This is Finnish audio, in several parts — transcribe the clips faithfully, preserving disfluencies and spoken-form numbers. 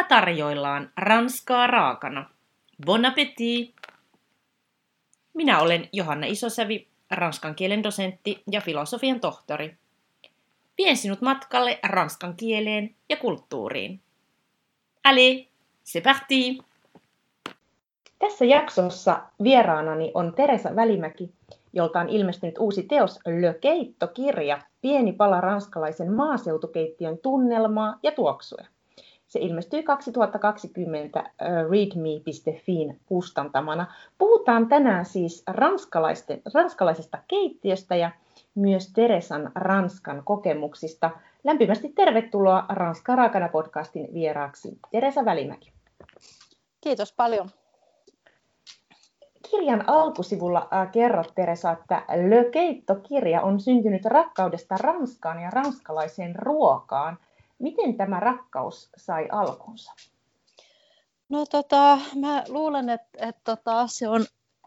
tarjoillaan ranskaa raakana. Bon appétit! Minä olen Johanna Isosävi, ranskan kielen dosentti ja filosofian tohtori. Vien sinut matkalle ranskan kieleen ja kulttuuriin. Allez, c'est parti! Tässä jaksossa vieraanani on Teresa Välimäki, jolta on ilmestynyt uusi teos Le Keitto-kirja, pieni pala ranskalaisen maaseutukeittiön tunnelmaa ja tuoksuja. Se ilmestyi kaksituhattakaksikymmentä readme piste fin kustantamana. Puhutaan tänään siis ranskalaisesta keittiöstä ja myös Teresan Ranskan kokemuksista. Lämpimästi tervetuloa Ranskaa raakana podcastin vieraaksi Teresa Välimäki. Kiitos paljon. Kirjan alkusivulla äh, kerrot, Teresa, että Le Keitto-kirja on syntynyt rakkaudesta Ranskaan ja ranskalaiseen ruokaan. Miten tämä rakkaus sai alkunsa? No tota, mä luulen, että, että tota, se on,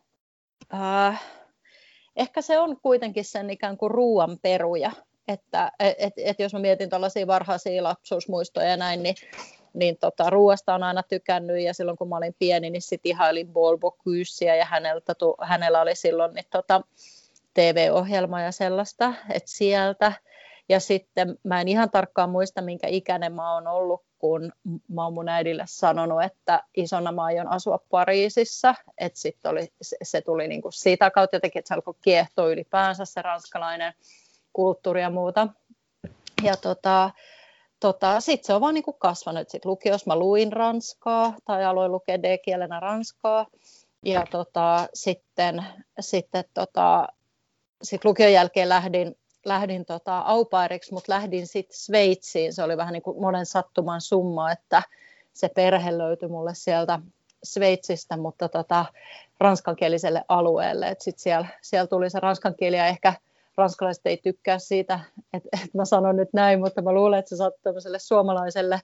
äh, ehkä se on kuitenkin sen ikään kuin ruoan peruja. Että et, et jos mä mietin tällaisia varhaisia lapsuusmuistoja ja näin, niin, niin tota, ruoasta on aina tykännyt. Ja silloin kun mä olin pieni, niin sit ihailin Paul Bocuse ja häneltä, hänellä oli silloin niin, tota, T V-ohjelma ja sellaista, että sieltä. Ja sitten mä en ihan tarkkaan muista, minkä ikäinen mä oon ollut, kun mä oon mun äidille sanonut, että isona mä aion asua Pariisissa. Että sitten oli, se, se tuli niinku sitä kautta jotenkin, että se alkoi kiehtoa ylipäänsä se ranskalainen kulttuuri ja muuta. Ja tota, tota, sitten se on vaan niinku kasvanut. Sitten lukiossa mä luin ranskaa tai aloin lukea D-kielenä ranskaa. Ja tota, sitten, sitten tota, sit lukion jälkeen lähdin lähdin tota, au pairiksi, mutta lähdin sitten Sveitsiin. Se oli vähän niin kuin monen sattuman summa, että se perhe löytyi mulle sieltä Sveitsistä, mutta tota, ranskankieliselle alueelle. Sitten siellä, siellä tuli se ranskan kieli ja ehkä ranskalaiset ei tykkää siitä, että, että mä sanon nyt näin, mutta mä luulen, että se sattui tämmöiselle suomalaiselle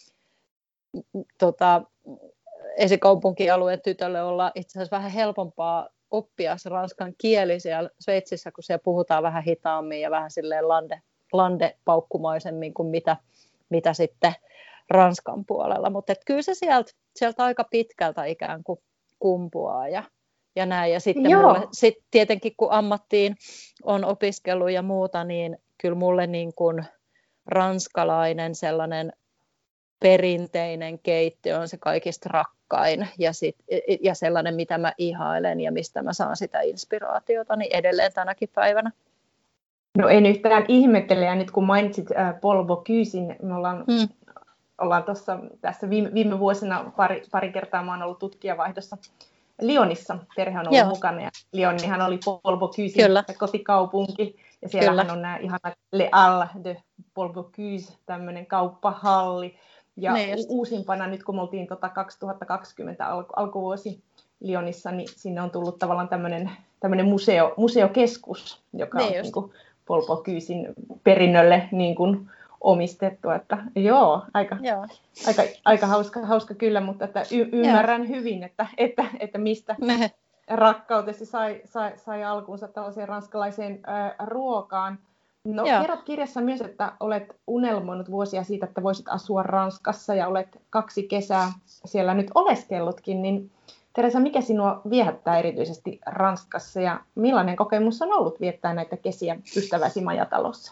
tota, esikaupunkialueen tytölle olla itse asiassa vähän helpompaa oppia se ranskan kieli siellä Sveitsissä, kun siellä puhutaan vähän hitaammin ja vähän silleen lande, landepaukkumaisemmin kuin mitä, mitä sitten Ranskan puolella. Mutta kyllä se sieltä, sieltä aika pitkältä ikään kuin kumpuaa ja, ja näin. Ja sitten mulle, sit tietenkin kun ammattiin on opiskellut ja muuta, niin kyllä mulle niin kuin ranskalainen sellainen perinteinen keittiö on se kaikista rakkain ja, sit, ja sellainen, mitä mä ihailen ja mistä mä saan sitä inspiraatiota, niin edelleen tänäkin päivänä. No en yhtään ihmettele, ja nyt kun mainitsit äh, Paul Bocusen, me ollaan, hmm. ollaan tossa, tässä viime, viime vuosina pari, pari kertaa mä oon ollut tutkijavaihdossa Lyonissa, perhe on ollut Joo. mukana, ja Lyonihan oli Paul Bocusen kotikaupunki, ja siellähän on nämä ihanat Le Halles de Paul Bocuse, tämmöinen kauppahalli. Ja niin uusimpana nyt, kun me oltiin tota kaksituhattakaksikymmentä alku, alkuvuosi Lyonissa, niin sinne on tullut tavallaan tämmöinen, tämmöinen museo, museokeskus, joka niin on niin kuin Paul Bocusen perinnölle niin kuin omistettu. Että, joo, aika, joo. aika, aika hauska, hauska kyllä, mutta että y- ymmärrän joo. hyvin, että, että, että mistä ne. rakkautesi sai, sai, sai alkuunsa tällaiseen ranskalaiseen ää, ruokaan. No, Joo. kerrot kirjassa myös, että olet unelmoinut vuosia siitä, että voisit asua Ranskassa ja olet kaksi kesää siellä nyt oleskellutkin. Niin Teresa, mikä sinua viehättää erityisesti Ranskassa ja millainen kokemus on ollut viettää näitä kesiä ystäväsi majatalossa?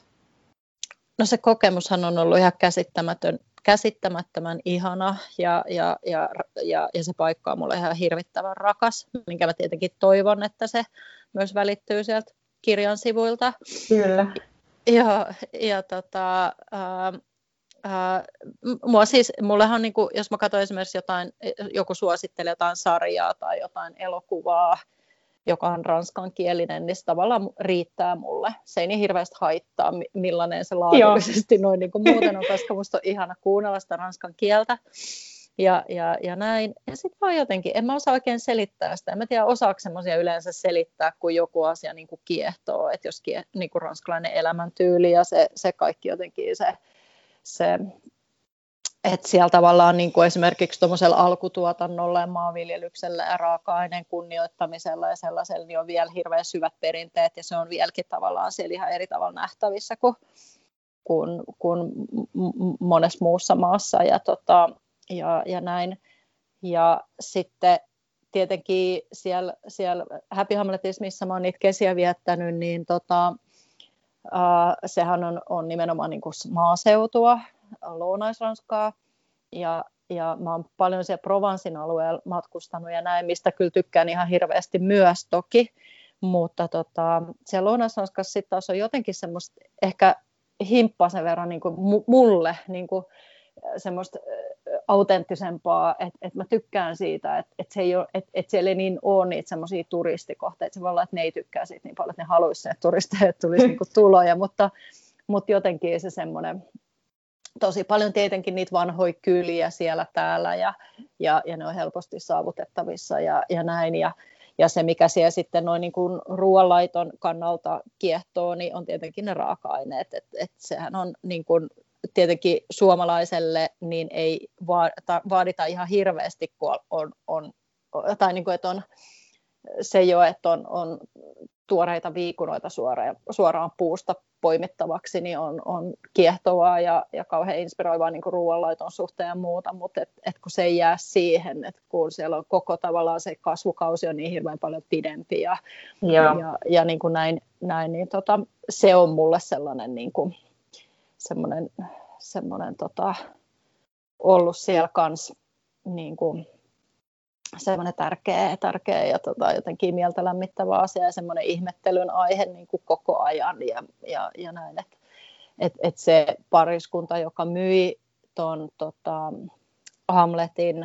No se kokemushan on ollut ihan käsittämätön, käsittämättömän ihana ja, ja, ja, ja, ja se paikka on mulle ihan hirvittävän rakas, minkä mä tietenkin toivon, että se myös välittyy sieltä kirjan sivuilta. Kyllä. Ja, ja tota, ää, ää, mua siis, mullehan on niin kuin, jos mä katson esimerkiksi jotain, joku suosittelee jotain sarjaa tai jotain elokuvaa, joka on ranskankielinen, niin se tavallaan riittää mulle. Se ei niin hirveästi haittaa, millainen se laadullisesti noin niin kuin muuten on, koska musta on ihana kuunnella sitä ranskan kieltä. Ja, ja, ja näin. Ja sitten vaan jotenkin, en mä osaa oikein selittää sitä. En mä tiedä, osaako semmoisia yleensä selittää, kun joku asia niin kuin kiehtoo. Että jos kie, niin kuin ranskalainen elämäntyyli ja se, se kaikki jotenkin se, se että siellä tavallaan niin kuin esimerkiksi tuommoisella alkutuotannolla ja maanviljelyksellä ja raaka-aineen kunnioittamisella ja sellaisella, niin on vielä hirveän syvät perinteet ja se on vieläkin tavallaan siellä ihan eri tavalla nähtävissä kuin, kuin, kuin monessa muussa maassa. Ja tota, ja, ja näin. Ja sitten tietenkin siellä, siellä Happy Hamletissa, missä mä oon niitä kesiä viettänyt, niin tota, äh, sehän on, on nimenomaan niin kuin maaseutua, Lounais-Ranskaa, ja, ja mä oon paljon siellä Provencen alueella matkustanut ja näin, mistä kyllä tykkään ihan hirveästi myös toki, mutta tota, siellä Lounais-Ranskassa sitten taas on jotenkin semmoista ehkä himppasen verran niin kuin mulle niin kuin semmoista autenttisempaa, että et mä tykkään siitä, että et se et, et siellä ei niin ole niitä semmoisia turistikohteita. Se voi olla, että ne ei tykkää siitä niin paljon, että ne haluaisi, että turisteille tulisi niinku tuloja, mutta, mutta jotenkin se semmoinen, tosi paljon tietenkin niitä vanhoja kyliä siellä täällä ja, ja, ja ne on helposti saavutettavissa ja, ja näin. Ja, ja se, mikä siellä sitten noin niin kuin ruoanlaiton kannalta kiehtoo, niin on tietenkin ne raaka-aineet. Et, et sehän on niin kuin tietenkin suomalaiselle niin ei vaadita ihan hirveästi, kun on, on, tai niin kuin, että on se jo, että on, on tuoreita viikunoita suoraan, suoraan puusta poimittavaksi, niin on, on kiehtovaa ja, ja kauhean inspiroivaa niin kuin ruoanlaiton suhteen ja muuta, mutta et, et kun se ei jää siihen, että kun siellä on koko tavallaan se kasvukausi on niin hirveän paljon pidempi ja, ja, ja, ja niin kuin näin, näin niin tota, se on mulle sellainen niin kuin, semmoinen, semmoinen tota, ollut siellä kanssa niin kuin, semmoinen tärkeä, tärkeä ja tota, jotenkin mieltä lämmittävä asia ja semmoinen ihmettelyn aihe niin kuin koko ajan ja, ja, ja näin, että et, et se pariskunta, joka myi ton tota, Hamletin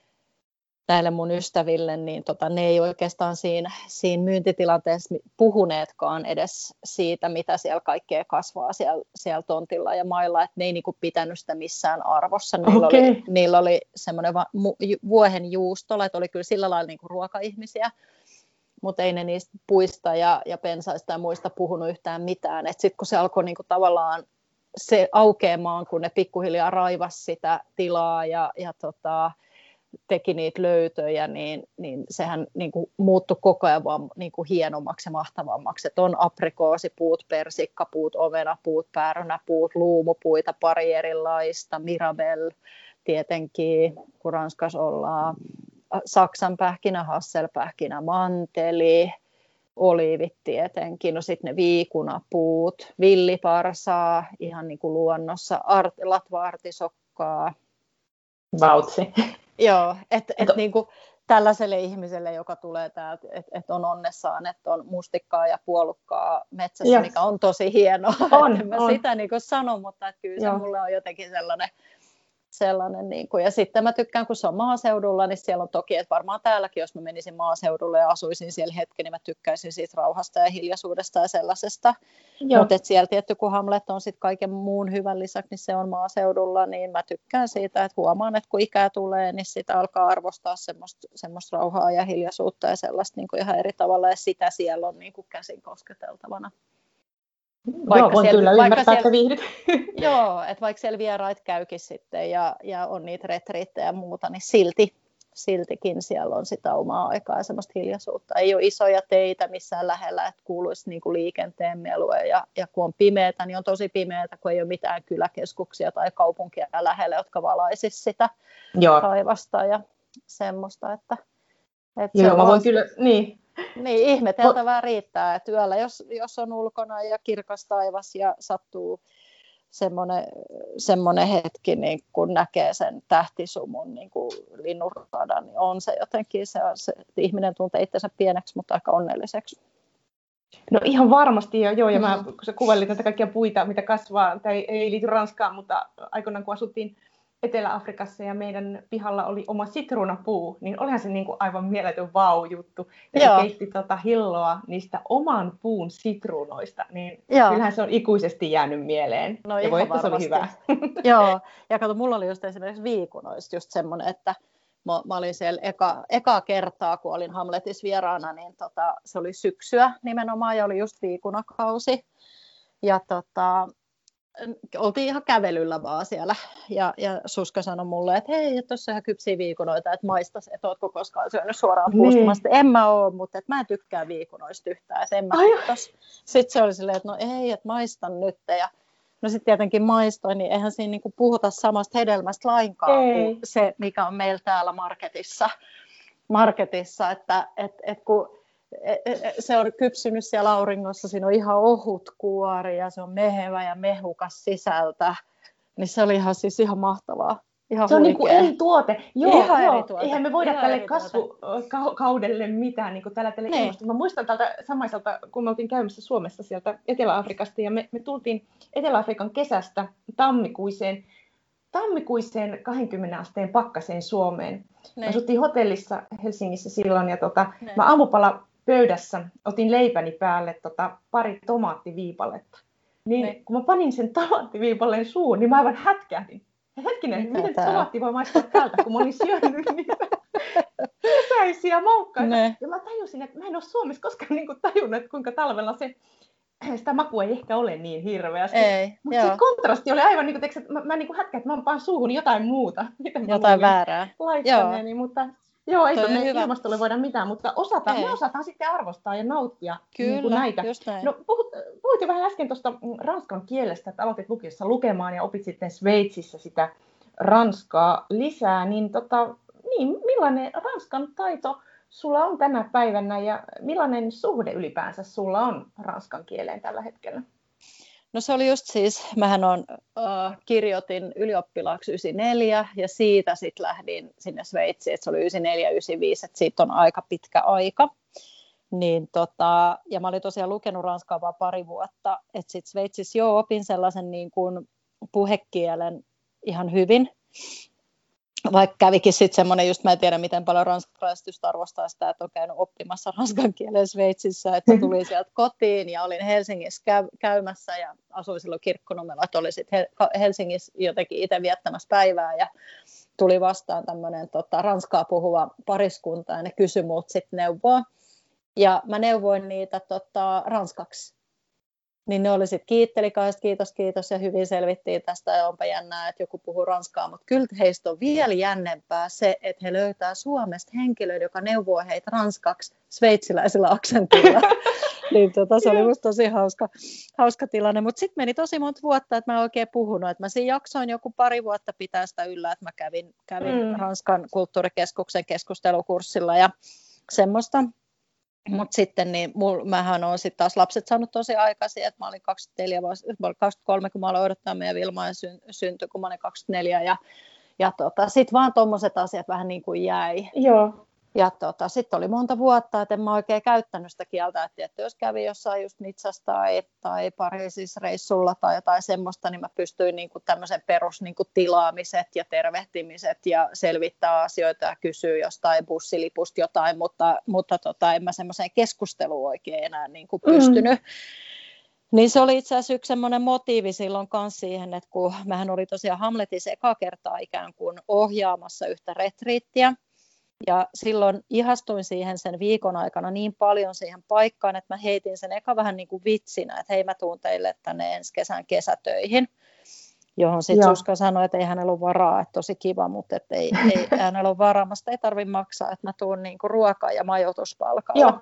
näille mun ystäville, niin tota, ne ei oikeastaan siinä, siinä myyntitilanteessa puhuneetkaan edes siitä, mitä siellä kaikkea kasvaa siellä, siellä tontilla ja mailla, että ne ei niinku pitänyt sitä missään arvossa. Niillä okay. oli, niillä oli semmoinen va- mu- vuohenjuustola, että oli kyllä sillä lailla niinku ruokaihmisiä, mutta ei ne niistä puista ja, ja pensaista ja muista puhunut yhtään mitään. Sitten kun se alkoi niinku tavallaan se aukeamaan, kun ne pikkuhiljaa raivasi sitä tilaa ja, ja tota, teki niitä löytöjä, niin, niin sehän niin kuin muuttui koko ajan vaan niin kuin hienommaksi ja mahtavammaksi. Et on aprikoosipuut, persikkapuut, omenapuut, päärynäpuut, luumupuita, pari erilaista, mirabelle tietenkin, kun Ranskassa ollaan, saksanpähkinä, hasselpähkinä, manteli, oliivit tietenkin, no sitten ne viikunapuut, villiparsaa, ihan niin kuin luonnossa, art, latva-artisokkaa. Vautsi. Joo, että et niinku tällaiselle ihmiselle, joka tulee täältä, että et on onnessaan, että on mustikkaa ja puolukkaa metsässä, ja. Mikä on tosi hienoa. On, en mä on. sitä niinku sano, mutta että kyllä se Joo. mulle on jotenkin sellainen, sellainen niinku. Ja sitten mä tykkään, kun se on maaseudulla, niin siellä on toki, että varmaan täälläkin, jos mä menisin maaseudulle ja asuisin siellä hetken, niin mä tykkäisin siitä rauhasta ja hiljaisuudesta ja sellaisesta. Mutta siellä tietty, kun Hamlet on sitten kaiken muun hyvän lisäksi, niin se on maaseudulla, niin mä tykkään siitä, että huomaan, että kun ikää tulee, niin sitä alkaa arvostaa semmoista, semmoista rauhaa ja hiljaisuutta ja sellaista niin kuin ihan eri tavalla, ja sitä siellä on niin kuin käsin kosketeltavana. Vaikka joo, voin siellä, kyllä ymmärtää, siellä, että viihdyt. Joo, että vaikka siellä vieraat käykin sitten ja, ja on niitä retriittejä ja muuta, niin silti, siltikin siellä on sitä omaa aikaa ja semmoista hiljaisuutta. Ei ole isoja teitä missään lähellä, että kuuluisi niin kuin liikenteen melua ja, ja kun on pimeätä, niin on tosi pimeätä, kun ei ole mitään kyläkeskuksia tai kaupunkia lähellä, jotka valaisisi sitä joo. taivasta ja semmoista, että, että joo, se mä on voin kyllä, niin. Niin, ihmeteltävää riittää, että yöllä, jos, jos on ulkona ja kirkas taivas ja sattuu semmoinen, semmoinen hetki, niin kun näkee sen tähtisumun niin kuin linnunradan, niin on se jotenkin, se, se, ihminen tuntee itsensä pieneksi, mutta aika onnelliseksi. No ihan varmasti, ja, joo, ja mä, kun sä kuvailit näitä kaikkia puita, mitä kasvaa, tai ei liity Ranskaan, mutta aikoinaan kun asuttiin Etelä-Afrikassa ja meidän pihalla oli oma sitruunapuu, niin olihan se niin kuin aivan mieletön vau-juttu. Ja se keitti tota hilloa niistä oman puun sitruunoista, niin Joo. kyllähän se on ikuisesti jäänyt mieleen. No ja voi, että se oli hyvä. Joo, ja kato, mulla oli just esimerkiksi viikunoista just semmoinen, että mä, mä olin siellä eka, ekaa kertaa, kun olin Hamletissa vieraana, niin tota, se oli syksyä nimenomaan ja oli just viikunakausi. Ja tota... oltiin ihan kävelyllä vaan siellä, ja, ja Suska sanoi mulle, että hei, tuossa on ihan kypsiä viikunoita, että maistas, että ootko koskaan syönyt suoraan puustamasta. En mä oo, mutta että mä en tykkää viikunoista yhtään, että en mä Sitten se oli silleen, että no ei, että maistan nyt, ja no sitten tietenkin maistoin, niin eihän siinä niinku puhuta samasta hedelmästä lainkaan Ei. kuin se, mikä on meillä täällä marketissa. marketissa että et, et kun se on kypsynyt siellä auringossa, siinä on ihan ohut kuori ja se on mehevä ja mehukas sisältä, niin se oli ihan, siis ihan mahtavaa. Ihan se on niin kuin eri tuote. Joo, ihan joo. eri tuote. Eihän me voida ihan tälle kasvukaudelle mitään niin kuin tällä tälle niin. ilmastolle. Mä muistan tältä samaiselta, kun me oltiin käymässä Suomessa sieltä Etelä-Afrikasta ja me, me tultiin Etelä-Afrikan kesästä tammikuiseen, tammikuiseen kaksikymmentä asteen pakkaseen Suomeen. Me asuttiin hotellissa Helsingissä silloin ja tota, mä aamupala pöydässä otin leipäni päälle tota, pari tomaattiviipaletta. Niin ne. Kun mä panin sen tomaattiviipalleen suuhun, niin mä aivan hätkähdin. Hetkinen, mitä miten tomaatti voi maistua tältä, kun mä olin syönyt niitä kesäisiä maukkaita. Ne. Ja mä tajusin, että mä en ole Suomessa koskaan niin kuin tajunnut, että kuinka talvella se, sitä makua ei ehkä ole niin hirveästi. Mutta se kontrasti oli aivan, niin kuin, että mä, mä niin kuin hätkäin, että mä paan suuhun jotain muuta. Jotain väärää. Laittaneeni, mutta joo, ei tuonne ilmastolle voida mitään, mutta osataan, me osataan sitten arvostaa ja nauttia Kyllä, niin kuin näitä. No, puhut, puhut jo vähän äsken tuosta ranskan kielestä, että aloitit lukiossa lukemaan ja opit sitten Sveitsissä sitä ranskaa lisää, niin, tota, niin millainen ranskan taito sulla on tänä päivänä ja millainen suhde ylipäänsä sulla on ranskan kieleen tällä hetkellä? No se oli just siis, mähän on, äh, kirjoitin ylioppilaaksi yhdeksänkymmentäneljä ja siitä sitten lähdin sinne Sveitsiin, että se oli yhdeksänkymmentäneljä yhdeksänkymmentäviisi, että siitä on aika pitkä aika. Niin tota, ja mä olin tosiaan lukenut ranskaa vaan pari vuotta, että sitten Sveitsissä jo opin sellaisen niin kuin puhekielen ihan hyvin. Vaikka kävikin sitten semmoinen, just mä en tiedä miten paljon ranskalaiset just arvostaa sitä, että on käynyt oppimassa ranskan kielen Sveitsissä, että tuli sieltä kotiin ja olin Helsingissä käy- käymässä ja asuin silloin Kirkkonummella, että olin sitten Helsingissä jotenkin itse viettämässä päivää ja tuli vastaan tämmöinen tota, ranskaa puhuva pariskunta ja ne kysyi multa sitten neuvoa ja mä neuvoin niitä tota, ranskaksi. Niin ne oli sitten kiitteli kahdesta, kiitos, kiitos ja hyvin selvittiin tästä ja onpa jännää, että joku puhuu ranskaa, mutta kyllä heistä on vielä jännempää se, että he löytää Suomesta henkilöitä, joka neuvoo heitä ranskaksi sveitsiläisellä aksentilla. niin tota, se oli musta tosi hauska, hauska tilanne, mutta sitten meni tosi monta vuotta, että mä en oikein puhunut, että mä siinä jaksoin joku pari vuotta pitää sitä yllä, että mä kävin, kävin mm. Ranskan kulttuurikeskuksen keskustelukurssilla ja semmoista. Mutta sitten niin mul, mähän olen sitten taas lapset saanut tosi aikaisin, että mä olin kaksikymmentäneljä, mä olin kaksikymmentäkolme, kun mä aloin odottaa meidän Vilmaa syntyi, kun mä olin kaksikymmentäneljä ja, ja tota, sitten vaan tuommoiset asiat vähän niin kuin jäi. Joo. Ja tota, sitten oli monta vuotta, että en mä oikein käyttänyt sitä kieltä, että, että jos kävi jossain just Nitsassa tai, tai Pariisissa reissulla tai jotain semmoista, niin mä pystyin niin kuin tämmöisen perus niin kuin tilaamiset ja tervehtimiset ja selvittää asioita ja kysyä jostain bussilipusta jotain, mutta, mutta tota, en mä semmoiseen keskusteluun oikein enää niin kuin pystynyt. Mm. Niin se oli itse asiassa yksi semmoinen motiivi silloin kanssa siihen, että kun mähän oli tosiaan Hamletissa eka kertaa ikään kuin ohjaamassa yhtä retriittiä, ja silloin ihastuin siihen sen viikon aikana niin paljon siihen paikkaan, että mä heitin sen eka vähän niin kuin vitsinä, että hei mä tuun teille tänne ensi kesän kesätöihin, johon sitten Suska sanoi, että ei hänellä ole varaa, että tosi kiva, mutta että ei, ei hänellä ole varaa, mutta ei tarvitse maksaa, että mä tuun niin kuin ruokaa ja majoituspalkalla. Joo.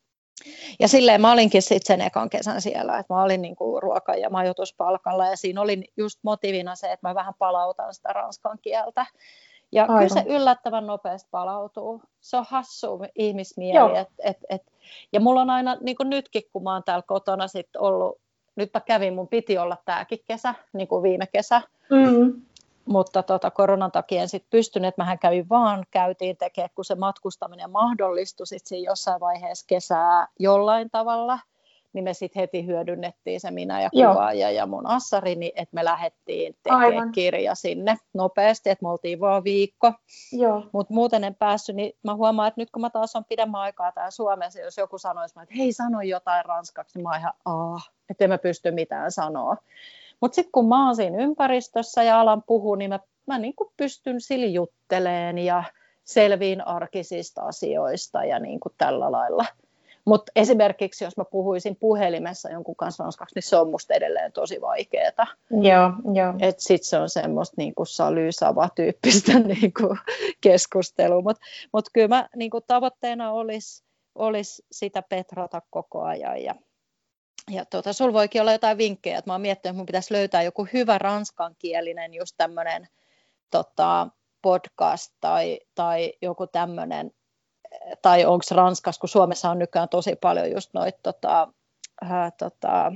Ja silleen mä olinkin sitten sen ekan kesän siellä, että mä olin niin kuin ruoka- ja majoituspalkalla ja siinä oli just motiivina se, että mä vähän palautan sitä ranskan kieltä. Ja Aivan. kyllä se yllättävän nopeasti palautuu. Se on hassu ihmismieli. Et, et, et. Ja mulla on aina, niin kuin nytkin, kun mä oon täällä kotona sit ollut, nyt mä kävin, mun piti olla tääkin kesä, niin kuin viime kesä. Mm. Mutta tota, koronan takia en sit pystynyt, että mähän kävin vaan, käytiin tekemään, kun se matkustaminen mahdollistui sit siinä jossain vaiheessa kesää jollain tavalla. Niin me sitten heti hyödynnettiin se minä ja kuvaaja ja mun assarini, että me lähdettiin tekemään kirja sinne nopeasti, että me oltiin vaan viikko. Mutta muuten en päässyt, niin mä huomaan, että nyt kun mä taas on pidemmän aikaa täällä Suomessa, jos joku sanoisi, että hei sano jotain ranskaksi, niin mä oon ihan aah, että en mä pysty mitään sanoa. Mutta sitten kun mä oon siinä ympäristössä ja alan puhua, niin mä, mä niin kuin pystyn sillä jutteleen ja selviin arkisista asioista ja niin kuin tällä lailla. Mutta esimerkiksi jos mä puhuisin puhelimessa jonkun kanssa ranskaksi, niin se on musta edelleen tosi vaikeaa. Joo, joo. Että sit se on semmoista niinku salysava-tyyppistä niinku keskustelua. Mutta mut kyllä mä, niinku tavoitteena olisi olis sitä petrata koko ajan ja ja tuota, sulla voikin olla jotain vinkkejä, että mä oon miettinyt, että mun pitäisi löytää joku hyvä ranskankielinen just tämmöinen tota, podcast tai, tai joku tämmöinen, tai onko Ranskassa, kun Suomessa on nykyään tosi paljon just noita tota, äh, tota,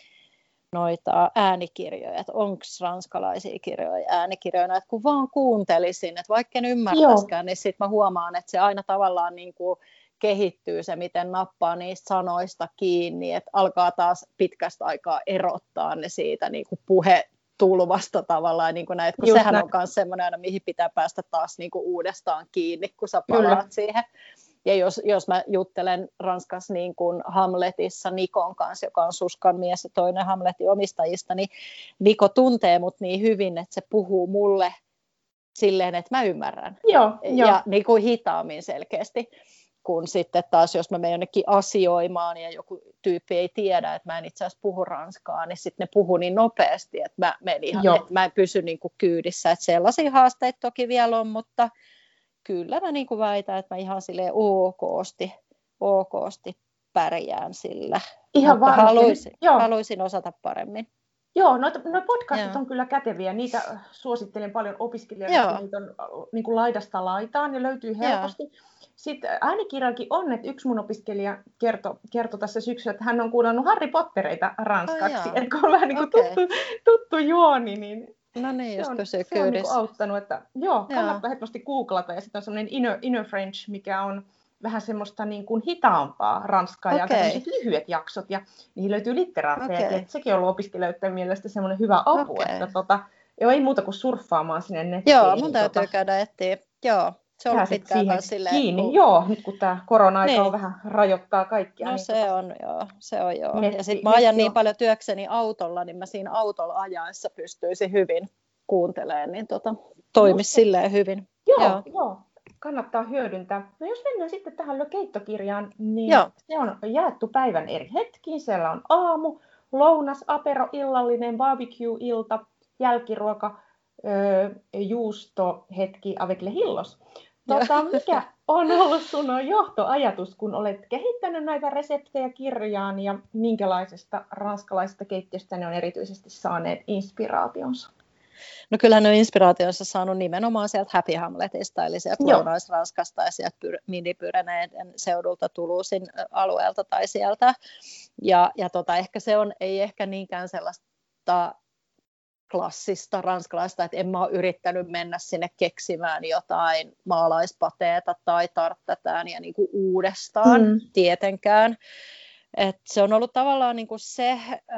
noita äänikirjoja, että onko ranskalaisia kirjoja äänikirjoina, että kun vaan kuuntelisin, että vaikka en ymmärtäisikään, niin sitten mä huomaan, että se aina tavallaan niin kuin kehittyy se, miten nappaa niistä sanoista kiinni, että alkaa taas pitkästä aikaa erottaa ne siitä niin kuin puhetulvasta tavallaan, niin kuin näin, kun sehän näin. On myös semmoinen aina, mihin pitää päästä taas niin kuin uudestaan kiinni, kun sä palaat Kyllä. siihen. Ja jos, jos mä juttelen Ranskassa niin kuin Hamletissa Nikon kanssa, joka on Suskan mies ja toinen Hamletin omistajista, niin Niko tuntee mut niin hyvin, että se puhuu mulle silleen, että mä ymmärrän. Joo, ja jo. niin kuin hitaammin selkeästi. Kun sitten taas, jos mä menen jonnekin asioimaan ja joku tyyppi ei tiedä, että mä en itse asiassa puhu ranskaa, niin sitten ne puhuu niin nopeasti, että mä, ihan, että mä en pysy niin kuin kyydissä. Että sellaisia haasteita toki vielä on, mutta kyllä mä niin kuin väitän, että mä ihan silleen okosti, okosti pärjään sillä. Ihan mutta haluaisin, Joo. haluaisin osata paremmin. Joo, noita, noi podcastit Joo. on kyllä käteviä. Niitä suosittelen paljon opiskelijoille, kun niitä on niin kuin laidasta laitaan ja löytyy helposti. Joo. Sitten äänikirjakin on, että yksi mun opiskelija kertoi, kertoi tässä syksyllä, että hän on kuunnellut Harry Pottereita ranskaksi. Oh, että kun on vähän niin kuin okay. tuttu, tuttu juoni, niin no niin, jos se on, pysyy se on niin kuin auttanut. Että, joo, kannattaa helposti googlata. Ja sitten on semmoinen inner, inner French, mikä on vähän semmoista niin kuin hitaampaa ranskaa okay. ja tämmöiset lyhyet jaksot. Ja niihin löytyy litteraatteja. Okay. Sekin on ollut opiskelijoiden mielestä semmoinen hyvä apu. Okay. Että tota, joo, ei muuta kuin surffaamaan sinne nettiin. Joo, mun täytyy tota, käydä etsiä. Joo. Se on pitkään siihen silleen, kiinni. Kun... Joo, nyt kun tämä korona-aika niin. on vähän rajoittaa kaikkia. No niin se tota... on joo, se on joo. Netti, ja sitten mä ajan niin joo. paljon työkseni autolla, niin mä siinä autolla ajaessa pystyisin hyvin kuuntelemaan, niin tota, toimisi silleen hyvin. Joo, joo, joo, kannattaa hyödyntää. No jos mennään sitten tähän keittokirjaan, niin joo. se on jaettu päivän eri hetkiin. Siellä on aamu, lounas, apero, illallinen, barbecue-ilta, jälkiruoka, öö, juusto, hetki, avec le hillos. Tota, mikä on ollut sun johtoajatus, kun olet kehittänyt näitä reseptejä kirjaan ja minkälaisesta ranskalaisesta keittiöstä ne on erityisesti saaneet inspiraationsa? No kyllähän ne on inspiraationsa saanut nimenomaan sieltä Happy Hamletista, eli sieltä Lounais-Ranskasta ja sieltä Midi-Pyreneiden seudulta Toulousin alueelta tai sieltä. Ja, ja tota, ehkä se on, ei ehkä niinkään sellaista klassista ranskalaista, että en mä ole yrittänyt mennä sinne keksimään jotain maalaispateeta tai tarttatään ja niin kuin uudestaan, mm. tietenkään. Et se on ollut tavallaan niin kuin se,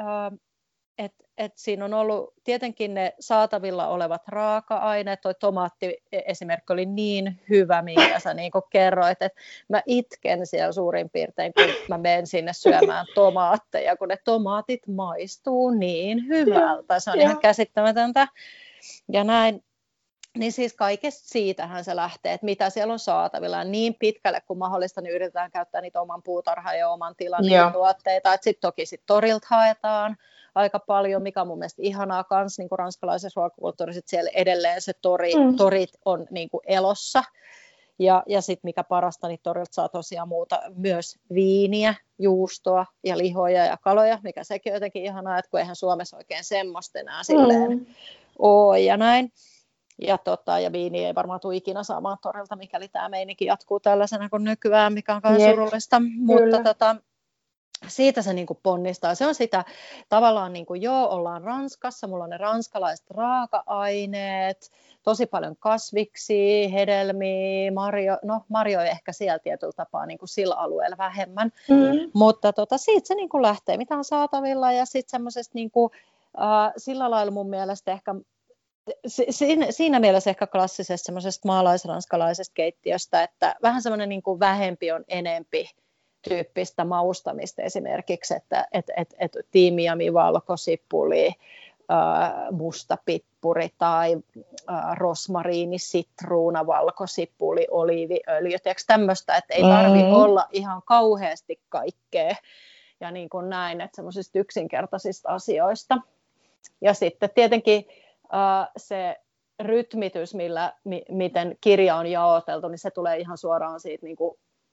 että et siinä on ollut tietenkin ne saatavilla olevat raaka-aineet. Toi tomaatti-esimerkki oli niin hyvä, minkä sä niin kuin kerroit, että mä itken siellä suurin piirtein, kun mä menen sinne syömään tomaatteja, kun ne tomaatit maistuu niin hyvältä. Se on ihan käsittämätöntä. Ja näin. Niin siis kaikesta siitähän se lähtee, että mitä siellä on saatavilla. Ja niin pitkälle kuin mahdollista, niin yritetään käyttää niitä oman puutarhan ja oman tilan tuotteita. Sitten toki sit torilta haetaan aika paljon, mikä on mun mielestä ihanaa kans, niin kuin ranskalaisessa ruokakulttuurissa, siellä edelleen se tori, mm. torit on niin kuin elossa. Ja, ja sitten mikä parasta, niin torilta saa tosiaan muuta myös viiniä, juustoa ja lihoja ja kaloja, mikä sekin on jotenkin ihanaa, että kun eihän Suomessa oikein semmoista enää silleen mm. ole ja näin. Ja, tota, ja viini ei varmaan tule ikinä saamaan torilta, mikäli tämä meininki jatkuu tällaisena kuin nykyään, mikä on myös surullista. Mutta tota, siitä se niin kuin ponnistaa. Se on sitä tavallaan, niin kuin, joo, ollaan Ranskassa, mulla on ne ranskalaiset raaka-aineet, tosi paljon kasviksia, hedelmiä, marjo, no marjo ehkä siellä tietyllä tapaa niin kuin sillä alueella vähemmän, mm. mutta tota, siitä se niin kuin lähtee, mitä on saatavilla ja sitten semmoisesta niin kuin, äh, sillä lailla mun mielestä ehkä Siinä, siinä mielessä ehkä klassisesta semmoisesta maalaisranskalaisesta keittiöstä, että vähän semmoinen niin kuin vähempi on enempi tyyppistä maustamista esimerkiksi, että et, et, et tiimiami, valkosipuli, äh, musta pippuri tai äh, rosmariini, sitruuna, valkosipuli, oliiviöljy, tämmöistä, että ei tarvitse mm. olla ihan kauheasti kaikkea ja niin kuin näin, että semmoisista yksinkertaisista asioista. Ja sitten tietenkin Uh, se rytmitys, millä, mi, miten kirja on jaoteltu, niin se tulee ihan suoraan siitä niin kuin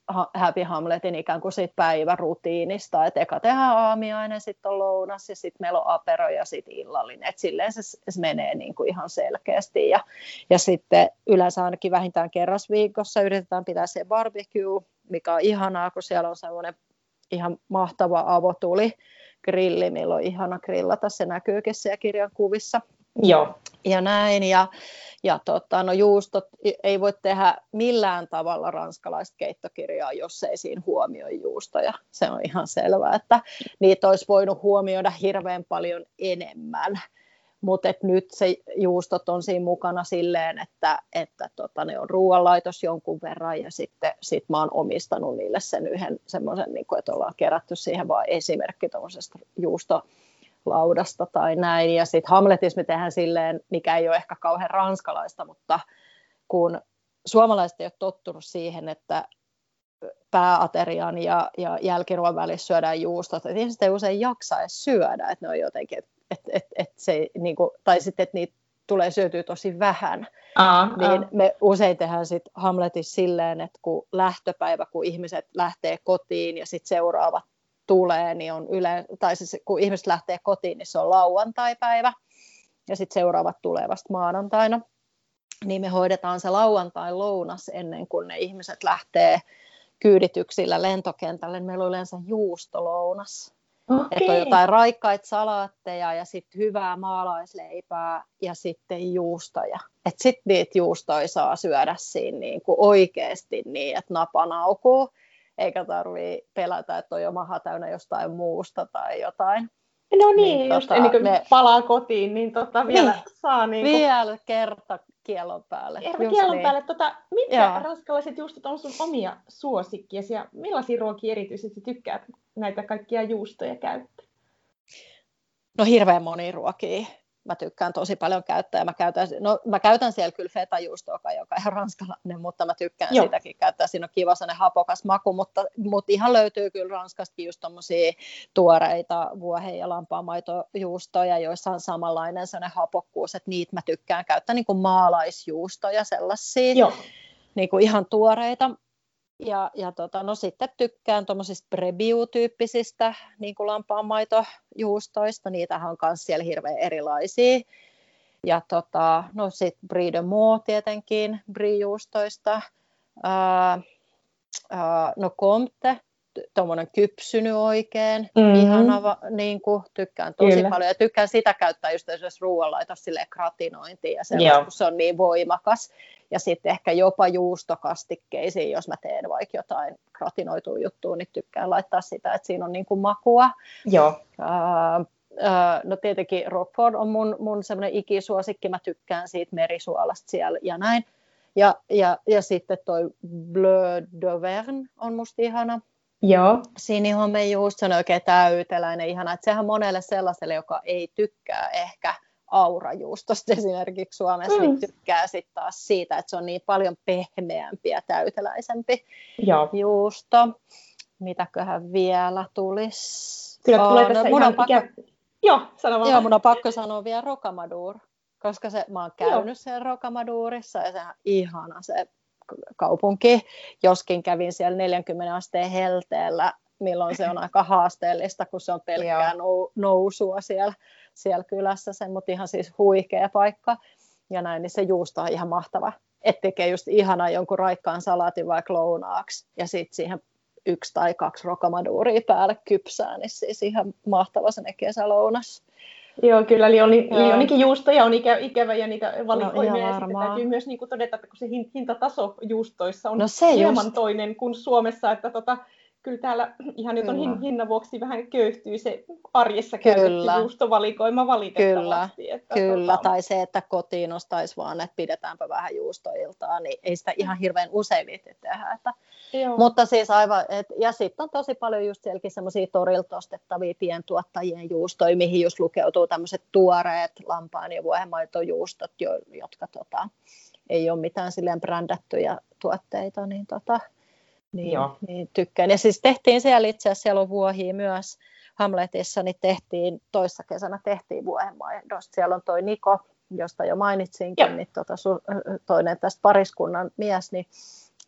Happy Hamletin ikään kuin siitä päivärutiinista, että eka tehdään aamiainen, sitten on lounas ja sitten meillä on apero ja sitten illallinen, että silleen se, se menee niin kuin ihan selkeästi ja, ja sitten yleensä ainakin vähintään kerran viikossa yritetään pitää se barbecue, mikä on ihanaa, kun siellä on semmoinen ihan mahtava avotuli grilli, millä on ihana grillata, se näkyykin siellä kirjan kuvissa. Joo. Ja näin, ja, ja tota, no juustot ei voi tehdä millään tavalla ranskalaista keittokirjaa, jos ei siinä huomioi juustoja. Se on ihan selvää, että niitä olisi voinut huomioida hirveän paljon enemmän. Mutta nyt se juustot on siinä mukana silleen, että, että tota, ne on ruoanlaitos jonkun verran ja sitten sit mä oon omistanut niille sen yhden semmoisen, niin että ollaan kerätty siihen vaan esimerkki tuollaisesta juustolaudasta tai näin. Ja sitten Hamletissa me tehdään silleen, mikä ei ole ehkä kauhean ranskalaista, mutta kun suomalaiset ei ole tottunut siihen, että pääaterian ja, ja jälkiruoan välissä syödään juustot, että ihmiset ei usein jaksa edes syödä, että ne on jotenkin, Et, et, et se, niin kuin, tai sitten, että niitä tulee syötyä tosi vähän, aa, niin aa. Me usein tehdään sit Hamletissa silleen, että kun lähtöpäivä, kun ihmiset lähtee kotiin ja sitten seuraavat tulee, niin on yle, tai siis kun ihmiset lähtee kotiin, niin se on lauantaipäivä, ja sitten seuraavat tulee vasta maanantaina, niin me hoidetaan se lauantai lounas ennen kuin ne ihmiset lähtee kyydityksillä lentokentälle. Meillä on yleensä juustolounas. Okay. Että on jotain raikkaita salaatteja ja sitten hyvää maalaisleipää ja sitten juustoja. Että sitten niitä juustoja saa syödä siinä niin kuin oikeasti niin, että napa naukuu. Eikä tarvitse pelätä, että on jo maha täynnä jostain muusta tai jotain. No niin, niin just tota, ennen kuin me palaa kotiin, niin tota vielä niin, saa... Niin kuin... Vielä kerta kielon päälle. Kerta kielon niin. päälle. Tota, mitkä Jaa. ranskalaiset juustot on sun omia suosikkiasi ja millaisia ruokia erityisesti tykkäät näitä kaikkia juustoja käyttää? No hirveän monia ruokia. Mä tykkään tosi paljon käyttää. Mä käytän, no, mä käytän siellä kyllä fetajuustoa, joka on ihan ranskalainen, mutta mä tykkään Joo. sitäkin käyttää. Siinä on kiva sellainen hapokas maku, mutta, mutta ihan löytyy kyllä Ranskastakin just tommosia tuoreita vuohen- ja lampaanmaitojuustoja, joissa on samanlainen sellainen hapokkuus, että niitä mä tykkään käyttää, niin kuin maalaisjuustoja sellaisia, Joo. niin kuin ihan tuoreita. Ja, ja tota, no sitten tykkään tuommoisista prebiu-tyyppisistä niin kuin lampaanmaitojuustoista. Niitähän on myös siellä hirveän erilaisia. Ja tota, no sitten Brie de Meaux tietenkin, Brie-juustoista. Ää, ää, no Comte, tuommoinen kypsynyt oikein. Mm-hmm. Ihana, niin kuin, tykkään tosi Kyllä. paljon. Ja tykkään sitä käyttää just esimerkiksi ruoanlaitos silleen gratinointiin ja sellaista, kun se on niin voimakas. Ja sitten ehkä jopa juustokastikkeisiin, jos mä teen vaikka jotain gratinoitua juttua, niin tykkään laittaa sitä, että siinä on niin kuin makua. Joo. Uh, uh, no tietenkin Roquefort on mun, mun semmoinen ikisuosikki, mä tykkään siitä merisuolasta siellä ja näin. Ja, ja, ja sitten toi Bleu d'Auvergne on musta ihana. Joo. Sinihomejuusto, se on oikein täyteläinen, ihana. Että sehän monelle sellaiselle, joka ei tykkää ehkä aurajuustosta esimerkiksi Suomessa, mm. niin tykkää sitten taas siitä, että se on niin paljon pehmeämpi ja täyteläisempi Joo. juusto. Mitäköhän vielä tulisi? Kyllä tulee tässä no, ihan pakko... ikä... Joo, sano vaan. Joo, mun on pakko sanoa vielä Rocamadour, koska se, mä oon käynyt Joo. siellä Rocamadourissa ja se on ihana se kaupunki, joskin kävin siellä neljänkymmenen asteen helteellä, milloin se on aika haasteellista, kun se on pelkkää nou- nousua siellä, siellä kylässä, se, mutta ihan siis huikea paikka, ja näin, niin se juusto on ihan mahtava, että tekee just ihanaa jonkun raikkaan salaatin vaikka lounaaksi, ja sitten siihen yksi tai kaksi rokamadouria päälle kypsää, niin siis ihan mahtava se kesälounas. Joo, kyllä Lioni, Lionikin juustoja on ikä, ikävä ja niitä valikoimia. No, ja sitten täytyy myös niin kuin todeta, että kun se hintataso juustoissa on no hieman just. toinen kuin Suomessa, että tota, kyllä täällä ihan nyt on hin, hinnan vuoksi vähän köyhtyy se arjessa käytetty juustovalikoima valitettavasti. Kyllä, että, kyllä. Tota... tai se, että kotiin ostaisi vaan, että pidetäänpä vähän juustoiltaa, niin ei sitä ihan hirveän usein viitti tehdä. Että... Mutta siis aivan, et, ja sitten on tosi paljon just sielläkin semmoisia torilta ostettavia pientuottajien juustoja, mihin just lukeutuu tämmöiset tuoreet lampaan ja vuohenmaitojuustot, jo, jotka tota, ei ole mitään silleen brändättyjä tuotteita, niin tota, Niin, niin tykkään. Ja siis tehtiin siellä itse asiassa, siellä on vuohia myös Hamletissa, niin tehtiin, toissa kesänä tehtiin vuohenmaidosta. Siellä on toi Niko, josta jo mainitsinkin, niin tota, toinen tästä pariskunnan mies, niin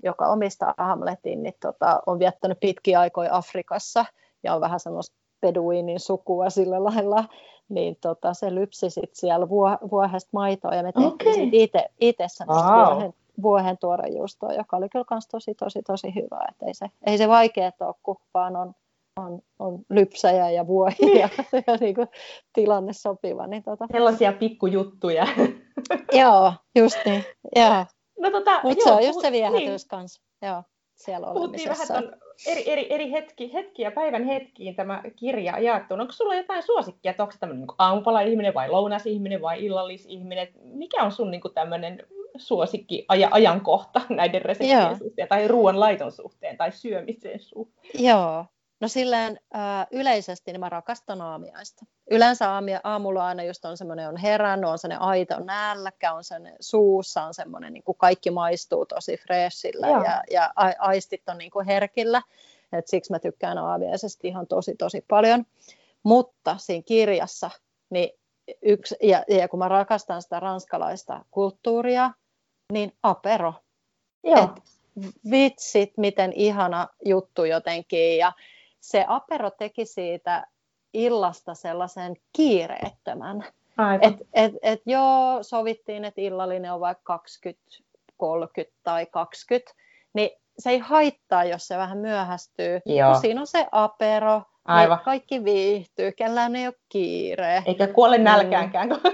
joka omistaa Hamletin, niin tota, on viettänyt pitkiä aikoja Afrikassa ja on vähän semmoista beduinin sukua sillä lailla, niin tota, se lypsi sit siellä vuohesta maitoa ja me tehtiin okay. itse semmoista wow. vuohen, vuohen tuorejuustoa, joka oli kyllä kans tosi, tosi, tosi hyvä. Et ei, se, ei se vaikeaa ole, kun vaan on, on, on lypsäjä ja vuohi ja, ja niin kuin tilanne sopiva. Niin tota. Sellaisia pikkujuttuja. Joo, just niin. Joo. No, tota, mutta se on just se viehätys niin. kanssa. Joo. Puhuttiin vähän ton eri, eri, eri hetki, hetkiä päivän hetkiin tämä kirja jaettu. Onko sulla jotain suosikkia, että onko tämmöinen niin aamupala-ihminen vai lounas-ihminen vai illallis-ihminen? Mikä on sun niin tämmöinen suosikki aja, ajankohta näiden reseptien Joo. suhteen tai ruoanlaiton suhteen tai syömisen suhteen? Joo. No silleen äh, yleisesti niin mä rakastan aamiaista. Yleensä aamia, aamulla aina just on semmoinen, on herännyt, on semmoinen aito nälkä, on semmoinen suussa, on semmoinen, niin kuin kaikki maistuu tosi freshillä ja, ja aistit on niin kuin herkillä. Et siksi mä tykkään aamiaisesta ihan tosi tosi paljon. Mutta siinä kirjassa, niin yksi, ja, ja kun mä rakastan sitä ranskalaista kulttuuria, niin apero. Joo. Et vitsit, miten ihana juttu jotenkin. Ja se apero teki siitä illasta sellaisen kiireettömän. Että et, et joo, sovittiin, että illallinen on vaikka kaksikymmentä, kolmekymmentä tai kaksikymmentä, niin se ei haittaa, jos se vähän myöhästyy. Kun siinä on se apero, niin kaikki viihtyy, kellään ei ole kiire. Eikä kuole nälkäänkään. Mm.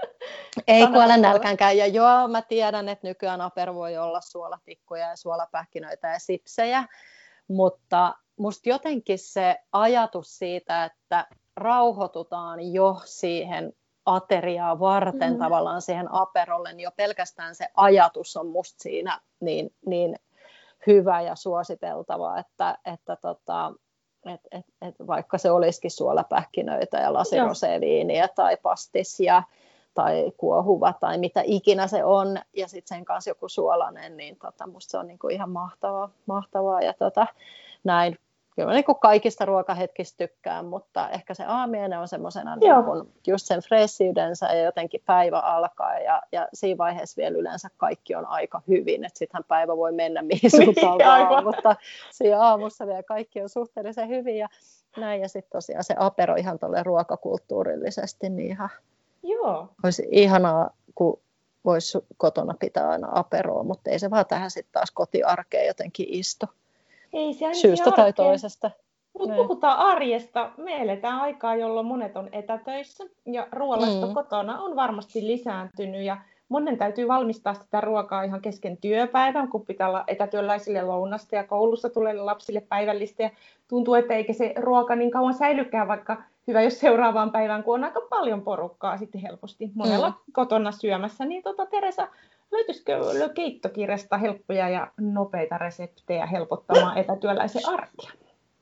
Ei kuole nälkäänkään. Ja joo, mä tiedän, että nykyään apero voi olla suolatikkuja ja suolapähkinöitä ja sipsejä, mutta musta jotenkin se ajatus siitä, että rauhoitutaan jo siihen ateriaa varten mm. tavallaan siihen aperolle, niin jo pelkästään se ajatus on musta siinä niin, niin hyvä ja suositeltava, että, että tota, et, et, et vaikka se olisikin suolapähkinöitä ja lasiroseviiniä tai pastis ja tai kuohuva tai mitä ikinä se on, ja sitten sen kanssa joku suolainen, niin tota, musta se on niinku ihan mahtavaa, mahtavaa ja tota, näin. Kyllä niin kuin kaikista ruokahetkistä tykkään, mutta ehkä se aamiainen on semmoisena niin kuin just sen freshiytensä ja jotenkin päivä alkaa ja, ja siinä vaiheessa vielä yleensä kaikki on aika hyvin, että sittenhän päivä voi mennä mihin suuntaan vaan, mutta siinä aamussa vielä kaikki on suhteellisen hyvin ja näin ja sitten tosiaan se apero ihan tuolle ruokakulttuurillisesti, niin ihan Joo. olisi ihanaa, kun voisi kotona pitää aina aperoa, mutta ei se vaan tähän sitten taas kotiarkeen jotenkin istu. Ei se syystä tai toisesta. Mutta puhutaan arjesta. Me eletään aikaa, jolloin monet on etätöissä ja ruoanlaitto mm. kotona on varmasti lisääntynyt ja monen täytyy valmistaa sitä ruokaa ihan kesken työpäivän, kun pitää olla etätyöläisille lounasta ja koulussa tulee lapsille päivällistä ja tuntuu, että eikä se ruoka niin kauan säilykään, vaikka hyvä, jos seuraavaan päivään, kun on aika paljon porukkaa sitten helposti monella mm. kotona syömässä, niin tota, Teresa, löytyisikö keittokirjasta helppoja ja nopeita reseptejä helpottamaan etätyöläisen arkea?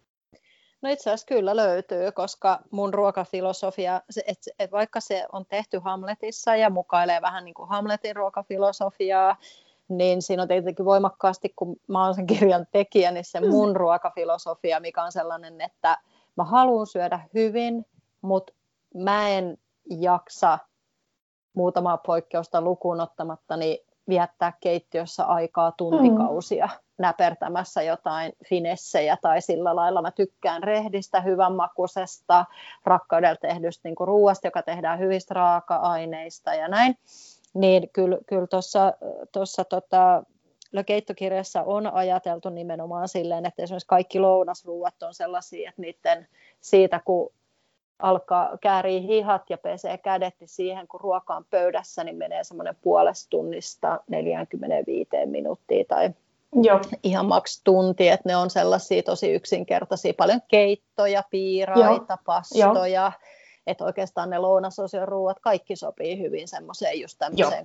No itse asiassa kyllä löytyy, koska mun ruokafilosofia, että et vaikka se on tehty Hamletissa ja mukailee vähän niin kuin Hamletin ruokafilosofiaa, niin siinä on tietenkin voimakkaasti, kun mä oon sen kirjan tekijä, niin se mun ruokafilosofia, mikä on sellainen, että mä haluan syödä hyvin, mutta mä en jaksa muutamaa poikkeusta lukuun ottamatta niin viettää keittiössä aikaa tuntikausia mm. näpertämässä jotain finessejä tai sillä lailla. Mä tykkään rehdistä, hyvänmakuisesta, rakkaudella tehdystä niin kuin ruuasta, joka tehdään hyvistä raaka-aineista ja näin. Niin kyllä, kyllä tuossa tota, keittokirjassa on ajateltu nimenomaan silleen, että esimerkiksi kaikki lounasruuat on sellaisia, että niiden siitä kun alkaa kääriä hihat ja pesee kädet, niin siihen kun ruoka on pöydässä, niin menee semmoinen puolesta tunnista neljäkymmentäviisi minuuttia tai Joo. ihan maks tunti, että ne on sellaisia tosi yksinkertaisia, paljon keittoja, piiraita, Joo. pastoja, että oikeastaan ne lounasosion ruuat kaikki sopii hyvin semmoiseen just tämmöiseen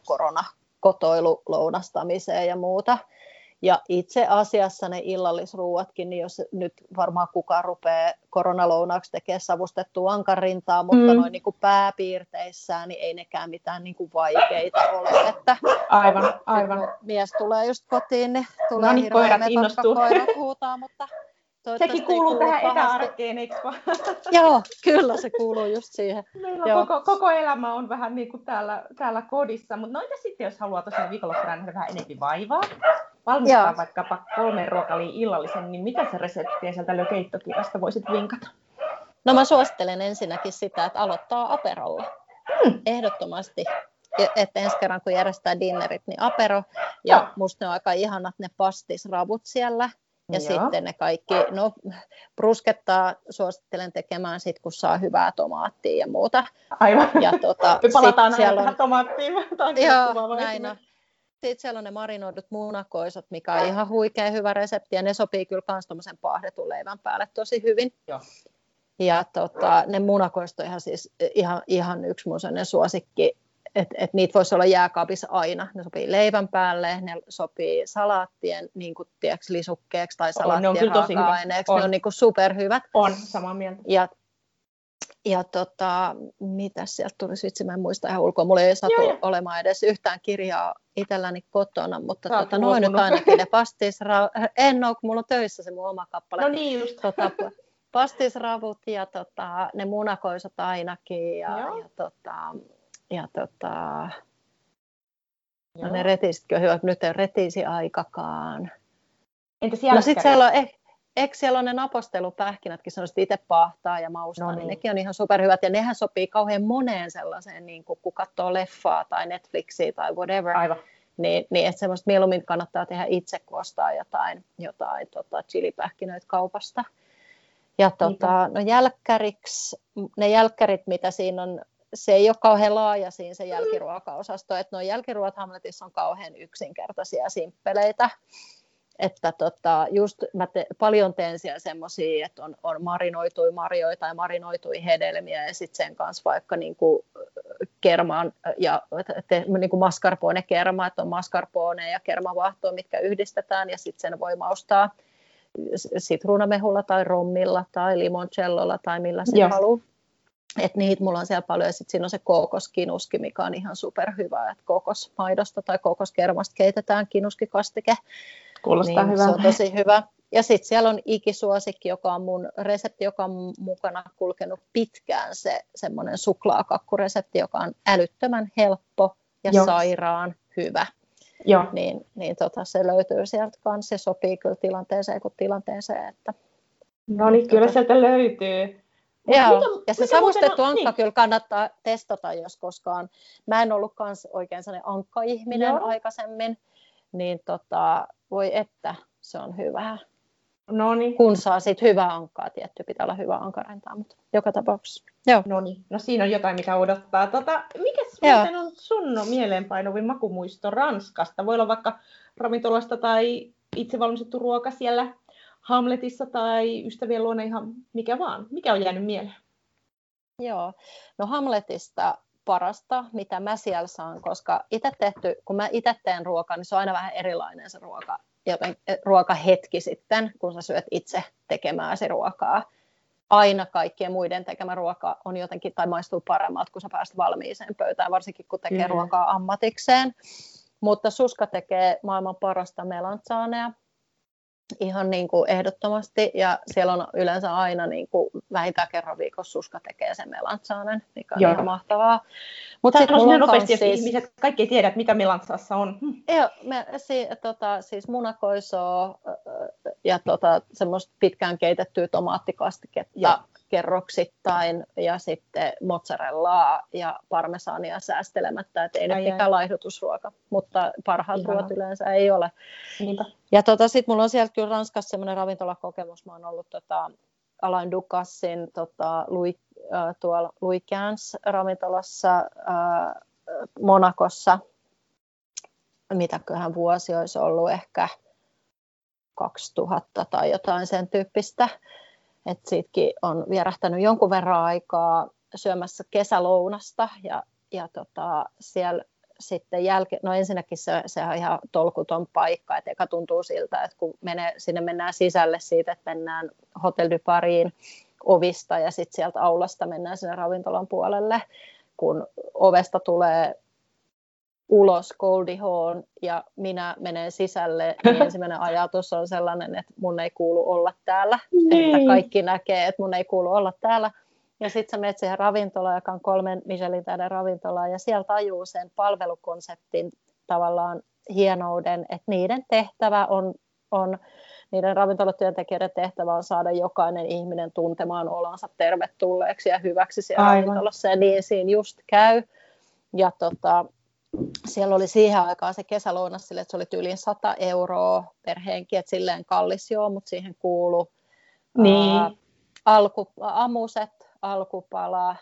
koronakotoilulounastamiseen ja muuta. Ja itse asiassa ne illallisruuatkin, niin jos nyt varmaan kukaan rupeaa koronalounaksi tekemään savustettua ankarintaa, mutta mm. noin niin kuin pääpiirteissään, niin ei nekään mitään niin kuin vaikeita ole. Että aivan, aivan. Mies tulee just kotiin, niin tulee no niin, koirat innostuu. Koirat huutaa, mutta sekin kuuluu tähän etäarkeen, eikö vaan? Joo, kyllä se kuuluu just siihen. Meillä on koko, koko elämä on vähän niin kuin täällä, täällä kodissa, mutta no entä sitten, jos haluaa tosiaan viikonloppuna nähdä vähän enemmän vaivaa, valmistaa Joo. vaikkapa kolmen ruokaliin illallisen, niin mitä se reseptiä sieltä keittokirjasta voisit vinkata? No mä suosittelen ensinnäkin sitä, että aloittaa aperolla. Hmm. Ehdottomasti. Että ensi kerran kun järjestää dinnerit, niin apero. Ja Joo. musta ne on aika ihanat ne pastisravut siellä. Ja Joo. sitten ne kaikki, no bruskettaa suosittelen tekemään sit, kun saa hyvää tomaattia ja muuta. Aivan. Ja tota, me palataan aina on... tähän tomaattiin. Joo, näin on. Sitten siellä on ne marinoidut munakoisot, mikä on ihan huikea hyvä resepti. Ja ne sopii kyllä myös tuommoisen paahdetun leivän päälle tosi hyvin. Joo. Ja tota, ne munakoisot on ihan, siis, ihan, ihan yksi mun sellainen suosikki, että et niitä voisi olla jääkaapissa aina. Ne sopii leivän päälle, ne sopii salaattien niin kuin, tiiäks, lisukkeeksi tai salaattien raaka-aineeksi. Ne on niin kuin superhyvät. On, samaa mieltä. Ja, ja tota, mitä sieltä tulisi, vitsi, mä en muista ihan ulkoa. Mulla ei satu joo, olemaan edes yhtään kirjaa itselläni kotona, mutta tota, noin nyt ainakin ne pastisra... En ole, kun mulla on töissä se mun oma kappale. No niin just. Tota, pastisravut ja tota, ne munakoisot ainakin ja, ja, tota, ja tota, no ne retisitkö hyvä, nyt ei retisi aikakaan. Entäs no sit siellä on, eh, eikö siellä on ne napostelupähkinätkin, sellaiset itse paahtaa ja maustaa, no niin. niin nekin on ihan superhyvät ja nehän sopii kauhean moneen sellaiseen, niin kun, kun katsoo leffaa tai Netflixiä tai whatever. Aivan. Niin, niin että semmoista mieluummin kannattaa tehdä itse, kun ostaa jotain, jotain tota, chilipähkinöitä kaupasta. Ja tota, no jälkkäriksi, ne jälkkärit, mitä siinä on, se ei ole kauhean laaja siinä se jälkiruokaosasto, että nuo jälkiruoat Hamletissa on kauhean yksinkertaisia ja simppeleitä. Että tota, just mä te, paljon teen siellä semmoisia, että on, on marinoitui marjoja tai marinoitui hedelmiä ja sitten sen kanssa vaikka niinku kermaan ja te, niinku mascarpone-kerma, että on mascarpone ja kermavahtoa, mitkä yhdistetään ja sitten sen voi maustaa sitruunamehulla tai rommilla tai limoncellolla tai millä se haluaa. Että niitä mulla on siellä paljon ja sitten siinä on se kookoskinuski, mikä on ihan superhyvä, että kookosmaidosta tai kookoskermasta keitetään kinuskikastike. Kuulostaa niin hyvältä. Se on tosi hyvä. Ja sitten siellä on ikisuosikki, joka on mun resepti, joka on mukana kulkenut pitkään, se semmoinen suklaakakkuresepti, joka on älyttömän helppo ja Joo. sairaan hyvä. Joo. Niin, niin tota, se löytyy sieltä kanssa, se sopii kyllä tilanteeseen kuin tilanteeseen. Että, no niin, kyllä tota... sieltä löytyy. Joo, mitä, ja se savustettu on... ankka niin. Kyllä kannattaa testata, jos koskaan. Mä en ollut kans oikein sellainen ankka-ihminen Joo. aikaisemmin, niin tota, voi että se on hyvä. Noniin. Kun saa sit hyvää ankkaa, tietty pitää olla hyvä ankarentaa, mutta joka tapauksessa. Joo. Noniin. No siinä on jotain, mitä odottaa. Tota, mikäs muuten on sun mieleenpainuvin makumuisto Ranskasta? Voi olla vaikka ravintolasta tai itse valmistettu ruoka siellä Hamletissa tai ystävien luona ihan mikä vaan. Mikä on jäänyt mieleen? Joo, no Hamletista parasta, mitä mä siellä saan, koska itse tehty, kun mä itse teen ruokaa, niin se on aina vähän erilainen se ruoka, joten ruokahetki sitten, kun sä syöt itse tekemääsi ruokaa. Aina kaikkien muiden tekemä ruoka on jotenkin, tai maistuu paremmalta, kun sä pääset valmiiseen pöytään, varsinkin kun tekee Kyllä. ruokaa ammatikseen. Mutta Suska tekee maailman parasta melanzanea. Ihan niin kuin ehdottomasti, ja siellä on yleensä aina niin kuin vähintään kerran viikossa Suska tekee sen melanzanen, mikä on Joo. ihan mahtavaa. Mutta sitten on nopeasti, siis... ihmiset kaikki ei tiedä, että mitä melanzassa on. Joo, me, si, tota, siis munakoisoa ja tota, semmoista pitkään keitettyä tomaattikastiketta Joo. kerroksittain, ja sitten mozzarellaa ja parmesania säästelemättä, että ei nyt mikään laihdutusruoka, mutta parhaat ruoat yleensä ei ole. Niinpä. Ja tota, sitten mulla on sieltä kyllä Ranskassa semmoinen ravintolakokemus. Mä oon ollut tota, Alain Ducassin tota, Louis, äh, tuolla Louis Quinze ravintolassa äh, Monacossa. Mitäköhän vuosi olisi ollut, ehkä kaksituhatta tai jotain sen tyyppistä. Et siitäkin on vierähtänyt jonkun verran aikaa syömässä kesälounasta ja, ja tota, siellä sitten jälke, no ensinnäkin se, se on ihan tolkuton paikka, että eka tuntuu siltä, että kun menee, sinne mennään sisälle siitä, että mennään Hotel du Parisin ovista ja sitten sieltä aulasta mennään sinne ravintolan puolelle, kun ovesta tulee ulos Goldie Hawn ja minä menen sisälle, niin ensimmäinen ajatus on sellainen, että mun ei kuulu olla täällä, niin. Että kaikki näkee, että mun ei kuulu olla täällä. Ja sitten sä menet siihen ravintolaan, joka on kolmen Michelin tähden ravintolaan, ja siellä tajuu sen palvelukonseptin tavallaan hienouden, että niiden tehtävä on, on niiden ravintolatyöntekijöiden tehtävä on saada jokainen ihminen tuntemaan olonsa tervetulleeksi ja hyväksi siellä Aivan. ravintolassa, ja niin siinä just käy. Ja tota, siellä oli siihen aikaan se kesälounas sille, että se oli tyyliin sata euroa per henki, että silleen kallis joo, mutta siihen kuului Niin. ää, alku, amuset, alkupala,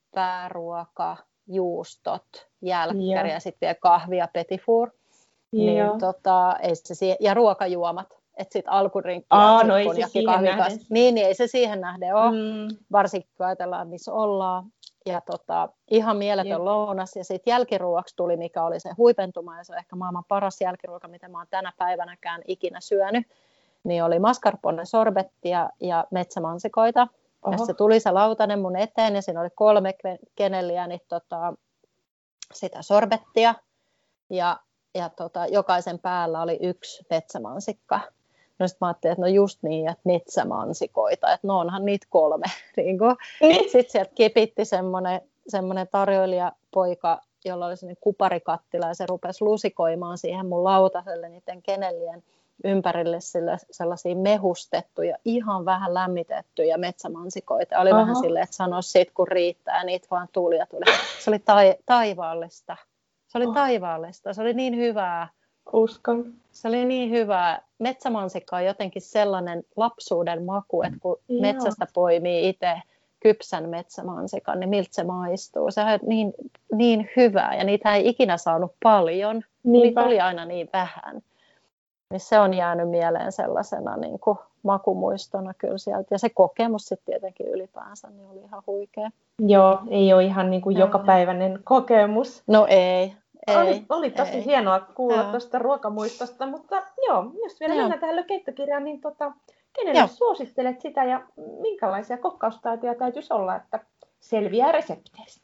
pääruoka, juustot, jälkkäri ja sitten vielä kahvi ja petit four. Niin, tota, ei se, ja ruokajuomat. Että sitten alkudrinkki Aa, no ei se siihen nähden. Niin, niin, ei se siihen nähden ole, mm. varsinkin kun ajatellaan, missä ollaan. Ja tota, ihan mieletön Jep. lounas. Ja sitten jälkiruoksi tuli, mikä oli se huipentuma, ja se on ehkä maailman paras jälkiruoka, mitä mä oon tänä päivänäkään ikinä syönyt. Niin oli mascarpone sorbettia ja metsämansikoita. Oho. Ja se tuli se lautanen mun eteen, ja siinä oli kolme keneliä niin tota, sitä sorbettia. Ja Ja tota, jokaisen päällä oli yksi metsämansikka. No sitten mä ajattelin, että no just niin, että metsämansikoita, että no onhan niitä kolme. Niin sitten sieltä kipitti semmoinen, semmoinen tarjoilijapoika, jolla oli semmoinen kuparikattila, ja se rupesi lusikoimaan siihen mun lautaselle niiden kenelien ympärille sellaisia mehustettuja, ihan vähän lämmitettyjä metsämansikoita. Oli Aha. vähän silleen, että sano sit kun riittää, ja niitä vaan tuli ja tuli. Se oli tai, taivaallista. Se oli oh. taivaallista, se oli niin hyvää. Uskon. Se oli niin hyvää. Metsämansikka on jotenkin sellainen lapsuuden maku, että kun Joo. metsästä poimii itse kypsän metsämansikan, niin miltä se maistuu. Se on niin, niin hyvää, ja niitä ei ikinä saanut paljon. Niitä oli aina niin vähän. Niin se on jäänyt mieleen sellaisena niin kuin makumuistona kyllä sieltä. Ja se kokemus sitten tietenkin ylipäänsä niin oli ihan huikea. Joo, ei ole ihan niin kuin jokapäiväinen kokemus. No ei. Ei, oli, oli tosi ei. hienoa kuulla tuosta ruokamuistosta, mutta joo, jos vielä joo. mennään tähän lökeittokirjaan, niin tota, kenelle joo. suosittelet sitä ja minkälaisia kokkaustaitoja täytyisi olla, että selviää resepteistä?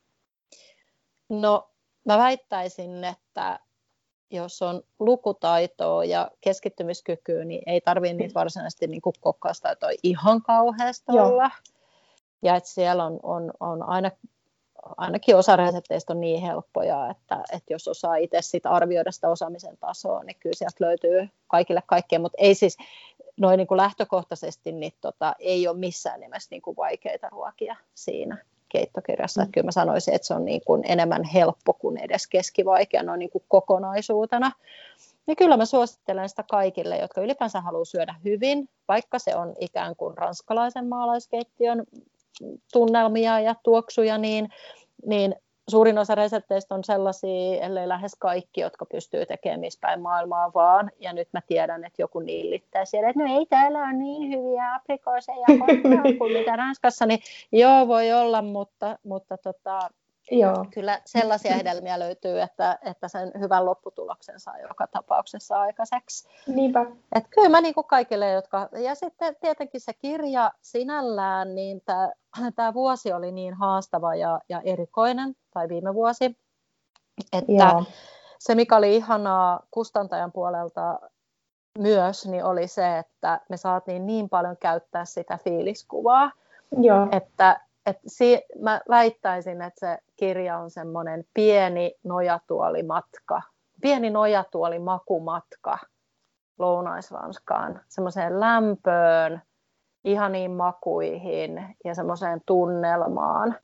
No, mä väittäisin, että jos on lukutaitoa ja keskittymiskykyä, niin ei tarvitse niitä varsinaisesti niin kuin kokkaustaitoa ihan kauheasti olla. Ja että siellä on, on, on aina, ainakin osa resepteistä on niin helppoja, että, että jos osaa itse sit arvioida sitä osaamisen tasoa, niin kyllä sieltä löytyy kaikille kaikkea. Mutta ei siis noin niin kuin lähtökohtaisesti, niin tota, ei ole missään nimessä niin kuin vaikeita ruokia siinä keittokirjassa. Mm. Että kyllä mä sanoisin, että se on niin kuin enemmän helppo kuin edes keskivaikea noin niin kuin kokonaisuutena. Niin kyllä mä suosittelen sitä kaikille, jotka ylipäänsä haluaa syödä hyvin, vaikka se on ikään kuin ranskalaisen maalaiskeittiön tunnelmia ja tuoksuja, niin, niin suurin osa resepteistä on sellaisia, ellei lähes kaikki, jotka pystyy tekemään missä päin maailmaa vaan. Ja nyt mä tiedän, että joku niillittää siellä, että no ei täällä ole niin hyviä aprikooseja kuin mitä Ranskassa. Niin joo, voi olla, mutta, mutta tota, joo. Kyllä sellaisia hedelmiä löytyy, että, että sen hyvän lopputuloksen saa joka tapauksessa aikaiseksi. Niinpä. Että kyllä mä niin kuin kaikille, jotka... Ja sitten tietenkin se kirja sinällään, niin tämä, tämä vuosi oli niin haastava ja, ja erikoinen, tai viime vuosi, että Joo. se mikä oli ihanaa kustantajan puolelta myös, niin oli se, että me saatiin niin paljon käyttää sitä fiiliskuvaa, Joo. että Et si- mä väittäisin, että se kirja on semmoinen pieni nojatuolimatka, pieni nojatuolimakumatka Lounais-Ranskaan, semmoiseen lämpöön, ihaniin makuihin ja semmoiseen tunnelmaan.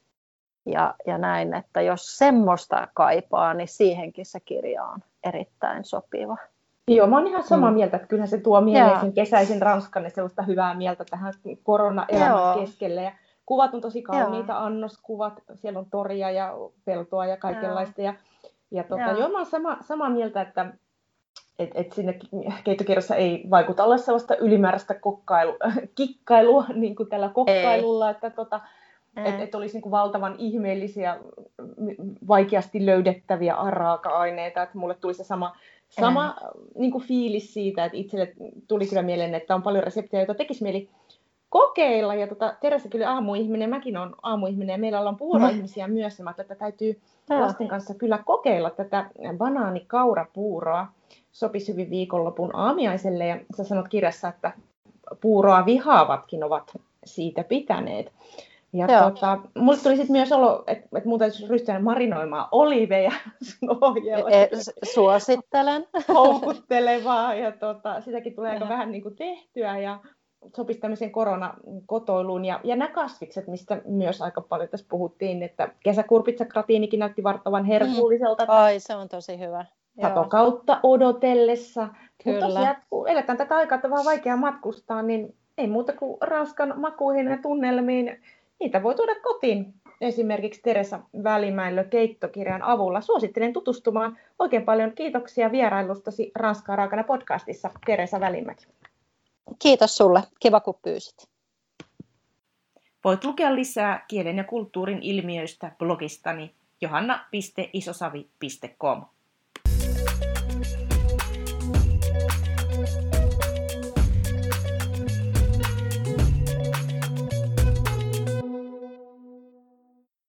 Ja, ja näin, että jos semmoista kaipaa, niin siihenkin se kirja on erittäin sopiva. Joo, mä oon ihan samaa mm. mieltä, että kyllähän se tuo mieleen sen kesäisen Ranskan ja sellaista hyvää mieltä tähän korona-elämän keskelle. Ja kuvat on tosi kauniita, joo. annoskuvat, siellä on toria ja peltoa ja kaikenlaista. Joo. Ja, ja tota, joo. joo, mä oon sama, samaa mieltä, että et, et sinne keittokirjassa ei vaikuta olla sellaista ylimääräistä kokkailu, kikkailua niin kuin tällä kokkailulla, ei. että tota, et, et olisi niin kuin valtavan ihmeellisiä, vaikeasti löydettäviä raaka-aineita. Että mulle tuli se sama, sama niin kuin fiilis siitä, että itselle tuli kyllä mieleen, että on paljon reseptejä, joita tekisi mieli kokeilla. Ja tota, Teresa kyllä aamuihminen, mäkin olen aamuihminen ja meillä ollaan puuroihmisiä myös. Ja että täytyy lasten kanssa kyllä kokeilla tätä banaanikaurapuuroa. Sopisi hyvin viikonlopun aamiaiselle. Ja sä sanot kirjassa, että puuroa vihaavatkin ovat siitä pitäneet. Ja tota, mulle tuli sitten myös olo, että et mun täytyisi ryhtyä marinoimaan oliveja sun ohjelma. E, suosittelen. Houkuttelevaa ja tota, sitäkin tulee aika vähän niin kuin tehtyä ja sopisi tämmöiseen koronakotoiluun. Ja, ja nämä kasvikset, mistä myös aika paljon tässä puhuttiin, että kesäkurpitsagratiinikin näytti vartavan herkulliselta. Mm. Ai, se on tosi hyvä. Satokautta odotellessa. Kyllä. Mutta tosiaan, kun eletään tätä aikaa, että vaan vaikea matkustaa, niin ei muuta kuin Ranskan makuihin ja tunnelmiin. Niitä voi tuoda kotiin esimerkiksi Teresa Välimäelö keittokirjan avulla. Suosittelen tutustumaan. Oikein paljon kiitoksia vierailustasi Ranskaa raakana podcastissa, Teresa Välimäki. Kiitos sulle. Kiva, kun pyysit. Voit lukea lisää kielen ja kulttuurin ilmiöistä blogistani johanna piste isosavi piste com.